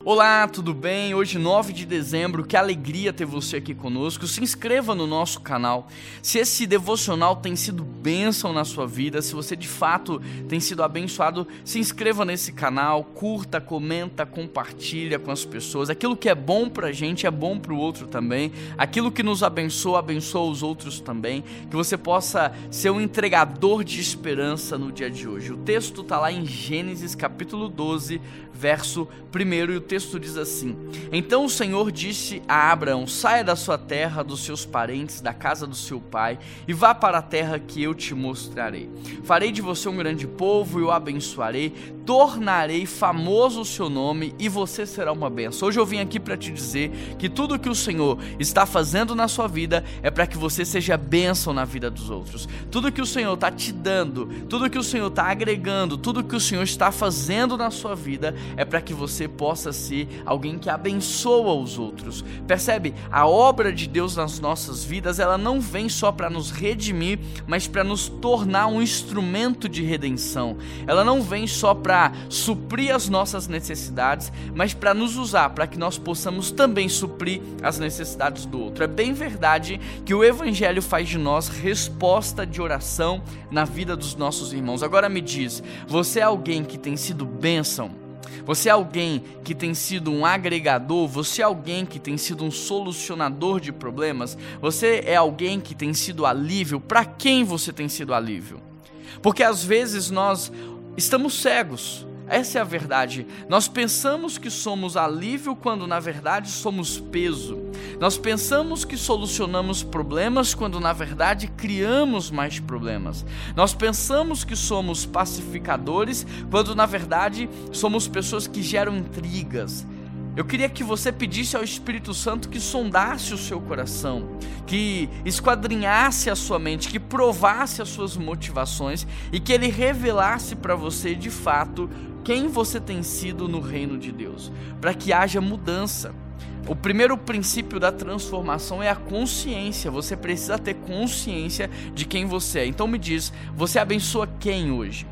Olá, tudo bem? Hoje, 9 de dezembro, que alegria ter você aqui conosco. Se inscreva no nosso canal. Se esse devocional tem sido bênção na sua vida, se você de fato tem sido abençoado, se inscreva nesse canal, curta, comenta, compartilha com as pessoas. Aquilo que é bom pra gente é bom pro outro também. Aquilo que nos abençoa, abençoa os outros também. Que você possa ser um entregador de esperança no dia de hoje. O texto tá lá em Gênesis capítulo 12, verso 1, e o texto diz assim: Então o Senhor disse a Abraão: saia da sua terra, dos seus parentes, da casa do seu pai, e vá para a terra que eu te mostrarei. Farei de você um grande povo e o abençoarei, tornarei famoso o seu nome e você será uma bênção. Hoje eu vim aqui para te dizer que tudo que o Senhor está fazendo na sua vida é para que você seja bênção na vida dos outros. Tudo que o Senhor está te dando, tudo que o Senhor está agregando, tudo que o Senhor está fazendo na sua vida é para que você possa ser alguém que abençoa os outros. Percebe? A obra de Deus nas nossas vidas, ela não vem só para nos redimir, mas para nos tornar um instrumento de redenção. Ela não vem só para suprir as nossas necessidades, mas para nos usar, para que nós possamos também suprir as necessidades do outro. É bem verdade que o Evangelho faz de nós resposta de oração na vida dos nossos irmãos. Agora me diz, você é alguém que tem sido bênção? Você é alguém que tem sido um agregador? Você é alguém que tem sido um solucionador de problemas? Você é alguém que tem sido alívio? Para quem você tem sido alívio? Porque às vezes nós estamos cegos. Essa é a verdade. Nós pensamos que somos alívio quando na verdade somos peso. Nós pensamos que solucionamos problemas quando na verdade criamos mais problemas. Nós pensamos que somos pacificadores quando na verdade somos pessoas que geram intrigas. Eu queria que você pedisse ao Espírito Santo que sondasse o seu coração, que esquadrinhasse a sua mente, que provasse as suas motivações e que ele revelasse para você de fato quem você tem sido no reino de Deus, para que haja mudança. O primeiro princípio da transformação é a consciência. Você precisa ter consciência de quem você é. Então me diz, você abençoa quem hoje?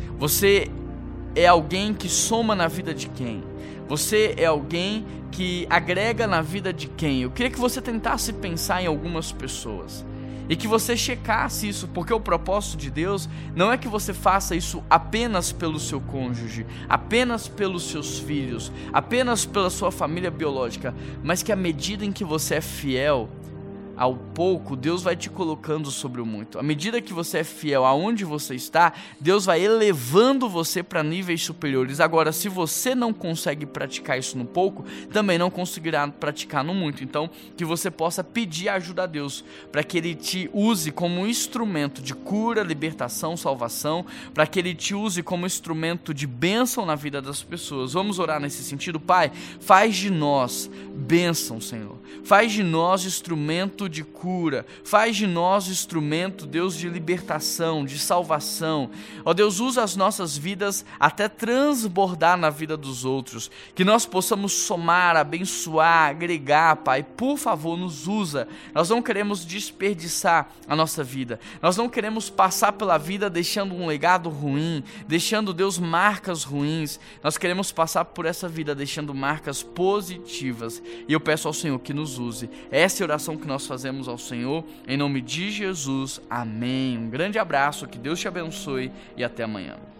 Você é alguém que soma na vida de quem? Você é alguém que agrega na vida de quem? Eu queria que você tentasse pensar em algumas pessoas e que você checasse isso, porque o propósito de Deus não é que você faça isso apenas pelo seu cônjuge, apenas pelos seus filhos, apenas pela sua família biológica, mas que à medida em que você é fiel ao pouco, Deus vai te colocando sobre o muito. À medida que você é fiel aonde você está, Deus vai elevando você para níveis superiores. Agora, se você não consegue praticar isso no pouco, também não conseguirá praticar no muito. Então, que você possa pedir ajuda a Deus, para que Ele te use como instrumento de cura, libertação, salvação, para que Ele te use como instrumento de bênção na vida das pessoas. Vamos orar nesse sentido? Pai, faz de nós bênção, Senhor. Faz de nós instrumento de cura, faz de nós instrumento, Deus, de libertação, de salvação. Ó Deus, usa as nossas vidas até transbordar na vida dos outros, que nós possamos somar, abençoar, agregar, Pai. Por favor, nos usa. Nós não queremos desperdiçar a nossa vida, nós não queremos passar pela vida deixando um legado ruim, deixando, Deus, marcas ruins. Nós queremos passar por essa vida deixando marcas positivas, e eu peço ao Senhor que nos use. Essa é a oração que nós fazemos ao Senhor, em nome de Jesus, amém. Um grande abraço, que Deus te abençoe e até amanhã.